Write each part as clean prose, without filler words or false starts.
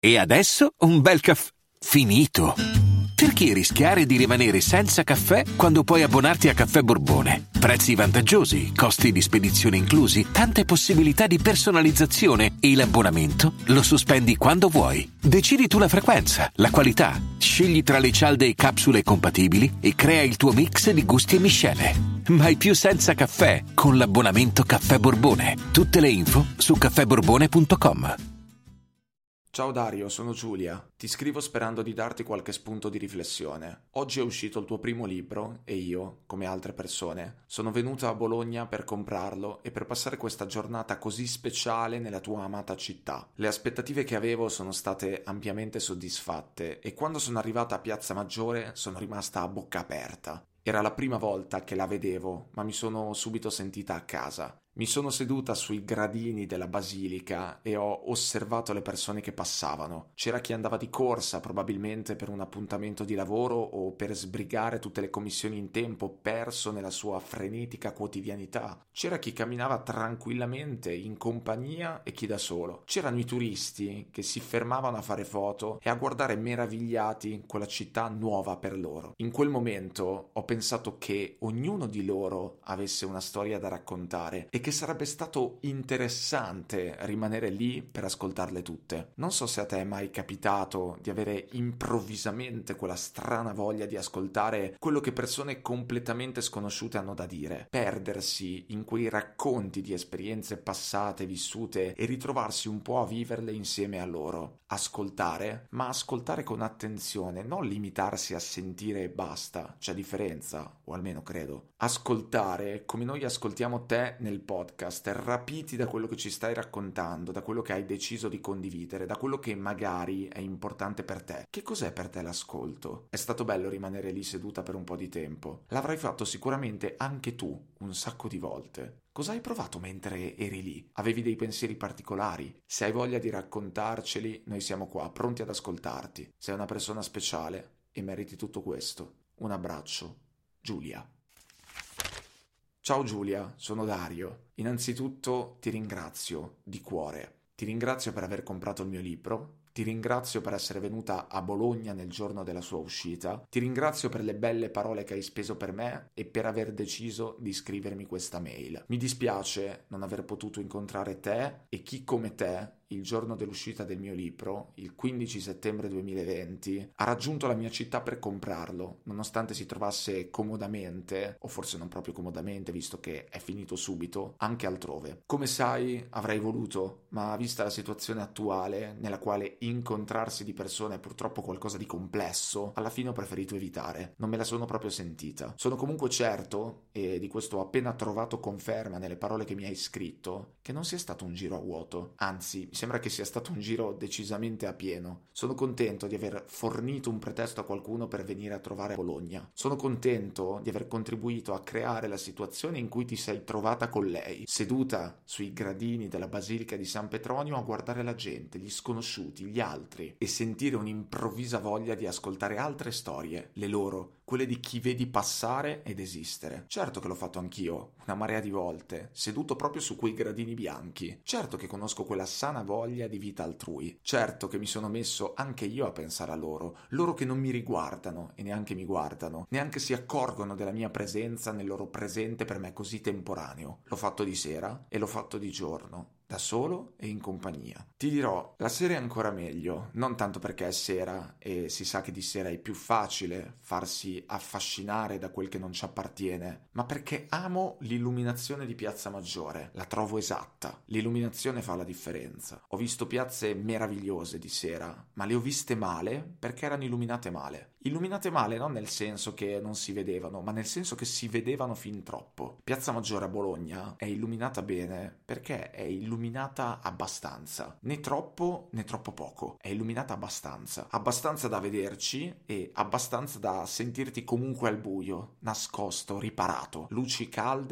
E adesso un bel caffè finito. Perché rischiare di rimanere senza caffè quando puoi abbonarti a Caffè Borbone? Prezzi vantaggiosi, costi di spedizione inclusi, tante possibilità di personalizzazione e l'abbonamento lo sospendi quando vuoi. Decidi tu la frequenza, la qualità, scegli tra le cialde e capsule compatibili e crea il tuo mix di gusti e miscele. Mai più senza caffè con l'abbonamento Caffè Borbone. Tutte le info su caffèborbone.com. Ciao Dario, sono Giulia. Ti scrivo sperando di darti qualche spunto di riflessione. Oggi è uscito il tuo primo libro e io, come altre persone, sono venuto a Bologna per comprarlo e per passare questa giornata così speciale nella tua amata città. Le aspettative che avevo sono state ampiamente soddisfatte e quando sono arrivata a Piazza Maggiore sono rimasta a bocca aperta. Era la prima volta che la vedevo, ma mi sono subito sentita a casa. Mi sono seduta sui gradini della basilica e ho osservato le persone che passavano. C'era chi andava di corsa, probabilmente per un appuntamento di lavoro o per sbrigare tutte le commissioni in tempo, perso nella sua frenetica quotidianità. C'era chi camminava tranquillamente in compagnia e chi da solo. C'erano i turisti che si fermavano a fare foto e a guardare meravigliati quella città nuova per loro. In quel momento ho pensato che ognuno di loro avesse una storia da raccontare e che sarebbe stato interessante rimanere lì per ascoltarle tutte. Non so se a te è mai capitato di avere improvvisamente quella strana voglia di ascoltare quello che persone completamente sconosciute hanno da dire, perdersi in quei racconti di esperienze passate, vissute e ritrovarsi un po' a viverle insieme a loro. Ascoltare, ma ascoltare con attenzione, non limitarsi a sentire e basta, c'è differenza, o almeno credo. Ascoltare come noi ascoltiamo te nel podcast, rapiti da quello che ci stai raccontando, da quello che hai deciso di condividere, da quello che magari è importante per te. Che cos'è per te l'ascolto? È stato bello rimanere lì seduta per un po' di tempo. L'avrai fatto sicuramente anche tu, un sacco di volte. Cosa hai provato mentre eri lì? Avevi dei pensieri particolari? Se hai voglia di raccontarceli, noi siamo qua, pronti ad ascoltarti. Sei una persona speciale e meriti tutto questo. Un abbraccio. Giulia. Ciao Giulia, sono Dario. Innanzitutto ti ringrazio di cuore. Ti ringrazio per aver comprato il mio libro. Ti ringrazio per essere venuta a Bologna nel giorno della sua uscita. Ti ringrazio per le belle parole che hai speso per me e per aver deciso di scrivermi questa mail. Mi dispiace non aver potuto incontrare te e chi come te il giorno dell'uscita del mio libro, il 15 settembre 2020, ha raggiunto la mia città per comprarlo, nonostante si trovasse comodamente, o forse non proprio comodamente, visto che è finito subito, anche altrove. Come sai, avrei voluto, ma vista la situazione attuale, nella quale incontrarsi di persona è purtroppo qualcosa di complesso, alla fine ho preferito evitare. Non me la sono proprio sentita. Sono comunque certo, e di questo ho appena trovato conferma nelle parole che mi hai scritto, che non sia stato un giro a vuoto. Anzi, mi sembra che sia stato un giro decisamente a pieno. Sono contento di aver fornito un pretesto a qualcuno per venire a trovare Bologna. Sono contento di aver contribuito a creare la situazione in cui ti sei trovata con lei, seduta sui gradini della Basilica di San Petronio a guardare la gente, gli sconosciuti, gli altri, e sentire un'improvvisa voglia di ascoltare altre storie, le loro, quelle di chi vedi passare ed esistere. Certo che l'ho fatto anch'io, una marea di volte, seduto proprio su quei gradini bianchi. Certo che conosco quella sana voglia di vita altrui. Certo che mi sono messo anche io a pensare a loro, loro che non mi riguardano e neanche mi guardano, neanche si accorgono della mia presenza nel loro presente per me così temporaneo. L'ho fatto di sera e l'ho fatto di giorno, da solo e in compagnia. Ti dirò, la sera è ancora meglio, non tanto perché è sera e si sa che di sera è più facile farsi affascinare da quel che non ci appartiene, ma perché amo l'illuminazione di Piazza Maggiore, la trovo esatta. L'illuminazione fa la differenza. Ho visto piazze meravigliose di sera, ma le ho viste male perché erano illuminate male. Illuminate male non nel senso che non si vedevano, ma nel senso che si vedevano fin troppo. Piazza Maggiore a Bologna è illuminata bene perché è illuminata abbastanza. Né troppo né troppo poco. È illuminata abbastanza. Abbastanza da vederci e abbastanza da sentirti comunque al buio, nascosto, riparato. Luci calde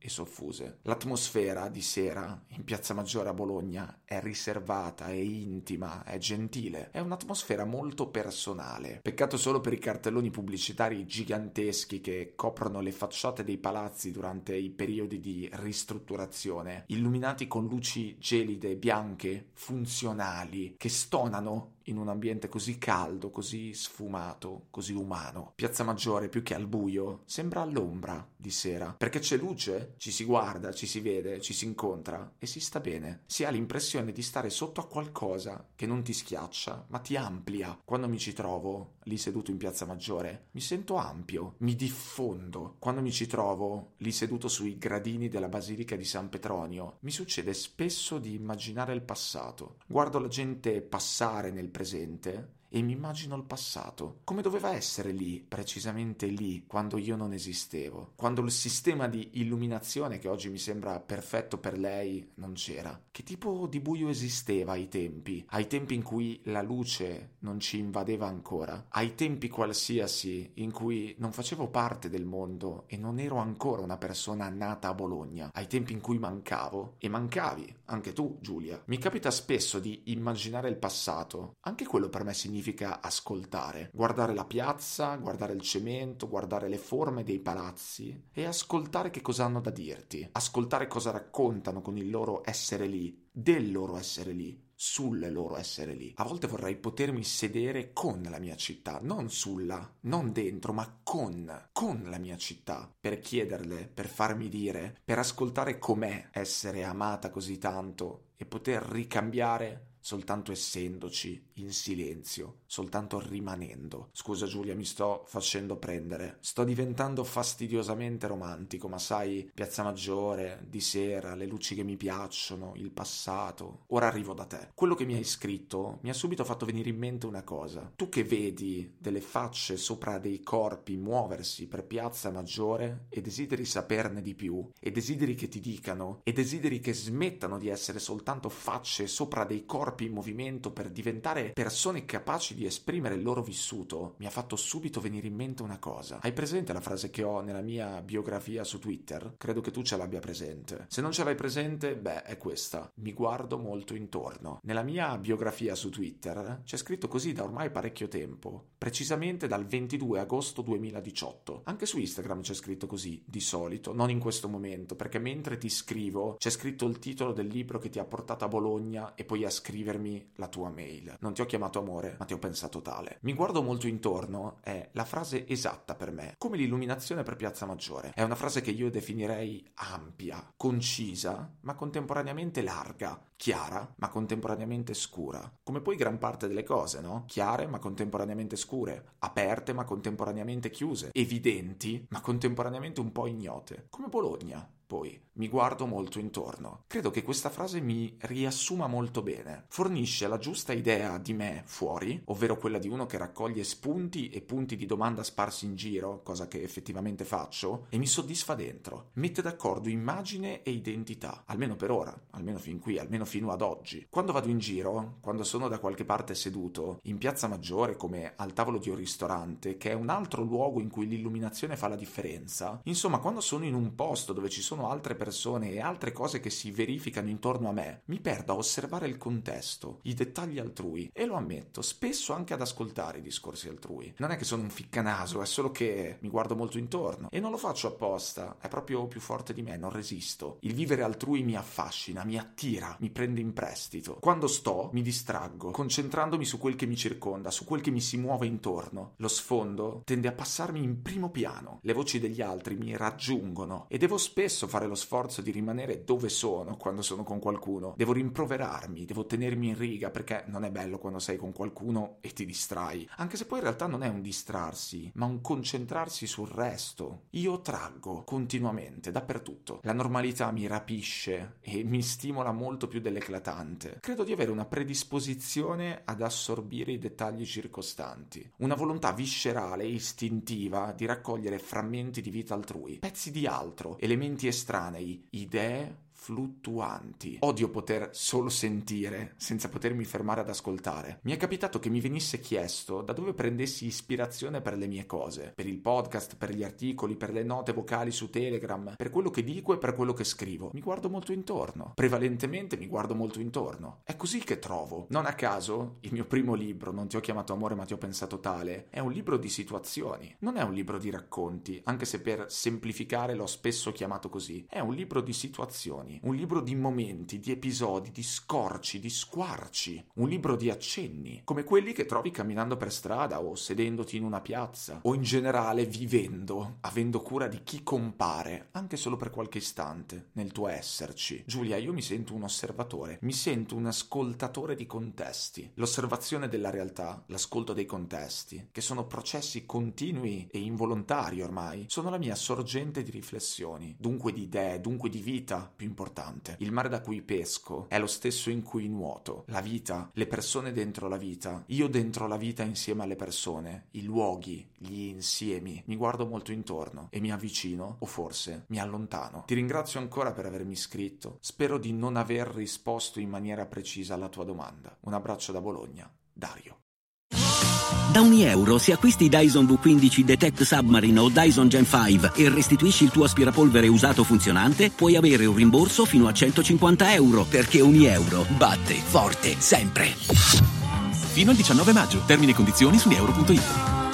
e soffuse. L'atmosfera di sera in Piazza Maggiore a Bologna è riservata, è intima, è gentile, è un'atmosfera molto personale. Peccato solo per i cartelloni pubblicitari giganteschi che coprono le facciate dei palazzi durante i periodi di ristrutturazione, illuminati con luci gelide, bianche, funzionali, che stonano in un ambiente così caldo, così sfumato, così umano. Piazza Maggiore, più che al buio, sembra all'ombra di sera, perché c'è luce, ci si guarda, ci si vede, ci si incontra e si sta bene. Si ha l'impressione di stare sotto a qualcosa che non ti schiaccia, ma ti amplia. Quando mi ci trovo, lì seduto in Piazza Maggiore, mi sento ampio, mi diffondo. Quando mi ci trovo, lì seduto sui gradini della Basilica di San Petronio, mi succede spesso di immaginare il passato. Guardo la gente passare nel presente e mi immagino il passato, come doveva essere lì, precisamente lì, quando io non esistevo, quando il sistema di illuminazione che oggi mi sembra perfetto per lei non c'era. Che tipo di buio esisteva ai tempi in cui la luce non ci invadeva ancora, ai tempi qualsiasi in cui non facevo parte del mondo e non ero ancora una persona nata a Bologna, ai tempi in cui mancavo e mancavi, anche tu, Giulia. Mi capita spesso di immaginare il passato, anche quello per me significa ascoltare, guardare la piazza, guardare il cemento, guardare le forme dei palazzi e ascoltare che cosa hanno da dirti, ascoltare cosa raccontano con il loro essere lì, del loro essere lì, sul loro essere lì. A volte vorrei potermi sedere con la mia città, non sulla, non dentro, ma con la mia città, per chiederle, per farmi dire, per ascoltare com'è essere amata così tanto e poter ricambiare soltanto essendoci, in silenzio, soltanto rimanendo. Scusa Giulia, mi sto facendo prendere. Sto diventando fastidiosamente romantico, ma sai, Piazza Maggiore, di sera, le luci che mi piacciono, il passato. Ora arrivo da te. Quello che mi hai scritto mi ha subito fatto venire in mente una cosa. Tu che vedi delle facce sopra dei corpi muoversi per Piazza Maggiore e desideri saperne di più, e desideri che ti dicano, e desideri che smettano di essere soltanto facce sopra dei corpi in movimento per diventare persone capaci di esprimere il loro vissuto, mi ha fatto subito venire in mente una cosa. Hai presente la frase che ho nella mia biografia su Twitter? Credo che tu ce l'abbia presente. Se non ce l'hai presente, beh, è questa. Mi guardo molto intorno. Nella mia biografia su Twitter c'è scritto così da ormai parecchio tempo, precisamente dal 22 agosto 2018. Anche su Instagram c'è scritto così, di solito, non in questo momento, perché mentre ti scrivo c'è scritto il titolo del libro che ti ha portato a Bologna e poi a scrivermi la tua mail. Non ti ho chiamato amore, ma ti ho pensato tale. Mi guardo molto intorno è la frase esatta per me, come l'illuminazione per Piazza Maggiore. È una frase che io definirei ampia, concisa, ma contemporaneamente larga, chiara, ma contemporaneamente scura. Come poi gran parte delle cose, no? Chiare, ma contemporaneamente scure, aperte, ma contemporaneamente chiuse, evidenti, ma contemporaneamente un po' ignote. Come Bologna. Poi mi guardo molto intorno. Credo che questa frase mi riassuma molto bene. Fornisce la giusta idea di me fuori, ovvero quella di uno che raccoglie spunti e punti di domanda sparsi in giro, cosa che effettivamente faccio, e mi soddisfa dentro. Mette d'accordo immagine e identità, almeno per ora, almeno fin qui, almeno fino ad oggi. Quando vado in giro, quando sono da qualche parte seduto, in Piazza Maggiore come al tavolo di un ristorante, che è un altro luogo in cui l'illuminazione fa la differenza, insomma, quando sono in un posto dove ci sono altre persone e altre cose che si verificano intorno a me, mi perdo a osservare il contesto, i dettagli altrui e lo ammetto, spesso anche ad ascoltare i discorsi altrui. Non è che sono un ficcanaso, è solo che mi guardo molto intorno e non lo faccio apposta, è proprio più forte di me, non resisto. Il vivere altrui mi affascina, mi attira, mi prende in prestito. Quando sto, mi distraggo, concentrandomi su quel che mi circonda, su quel che mi si muove intorno. Lo sfondo tende a passarmi in primo piano, le voci degli altri mi raggiungono e devo spesso fare lo sforzo di rimanere dove sono quando sono con qualcuno. Devo rimproverarmi, devo tenermi in riga perché non è bello quando sei con qualcuno e ti distrai. Anche se poi in realtà non è un distrarsi, ma un concentrarsi sul resto. Io traggo continuamente, dappertutto. La normalità mi rapisce e mi stimola molto più dell'eclatante. Credo di avere una predisposizione ad assorbire i dettagli circostanti. Una volontà viscerale e istintiva di raccogliere frammenti di vita altrui, pezzi di altro, elementi estranei, idee, fluttuanti. Odio poter solo sentire senza potermi fermare ad ascoltare. Mi è capitato che mi venisse chiesto da dove prendessi ispirazione per le mie cose, per il podcast, per gli articoli, per le note vocali su Telegram, per quello che dico e per quello che scrivo. Mi guardo molto intorno, prevalentemente mi guardo molto intorno. È così che trovo. Non a caso, il mio primo libro, Non ti ho chiamato amore ma ti ho pensato tale, è un libro di situazioni. Non è un libro di racconti, anche se per semplificare l'ho spesso chiamato così. È un libro di situazioni, un libro di momenti, di episodi, di scorci, di squarci, un libro di accenni, come quelli che trovi camminando per strada o sedendoti in una piazza, o in generale vivendo, avendo cura di chi compare, anche solo per qualche istante, nel tuo esserci. Giulia, io mi sento un osservatore, mi sento un ascoltatore di contesti. L'osservazione della realtà, l'ascolto dei contesti, che sono processi continui e involontari ormai, sono la mia sorgente di riflessioni, dunque di idee, dunque di vita più importante. Il mare da cui pesco è lo stesso in cui nuoto. La vita, le persone dentro la vita, io dentro la vita insieme alle persone, i luoghi, gli insiemi. Mi guardo molto intorno e mi avvicino o forse mi allontano. Ti ringrazio ancora per avermi iscritto. Spero di non aver risposto in maniera precisa alla tua domanda. Un abbraccio da Bologna. Dario. Da €1 se acquisti Dyson V15 Detect Submarine o Dyson Gen 5 e restituisci il tuo aspirapolvere usato funzionante, puoi avere un rimborso fino a €150, perché €1 batte forte sempre. Fino al 19 maggio. Termini e condizioni su euro.it.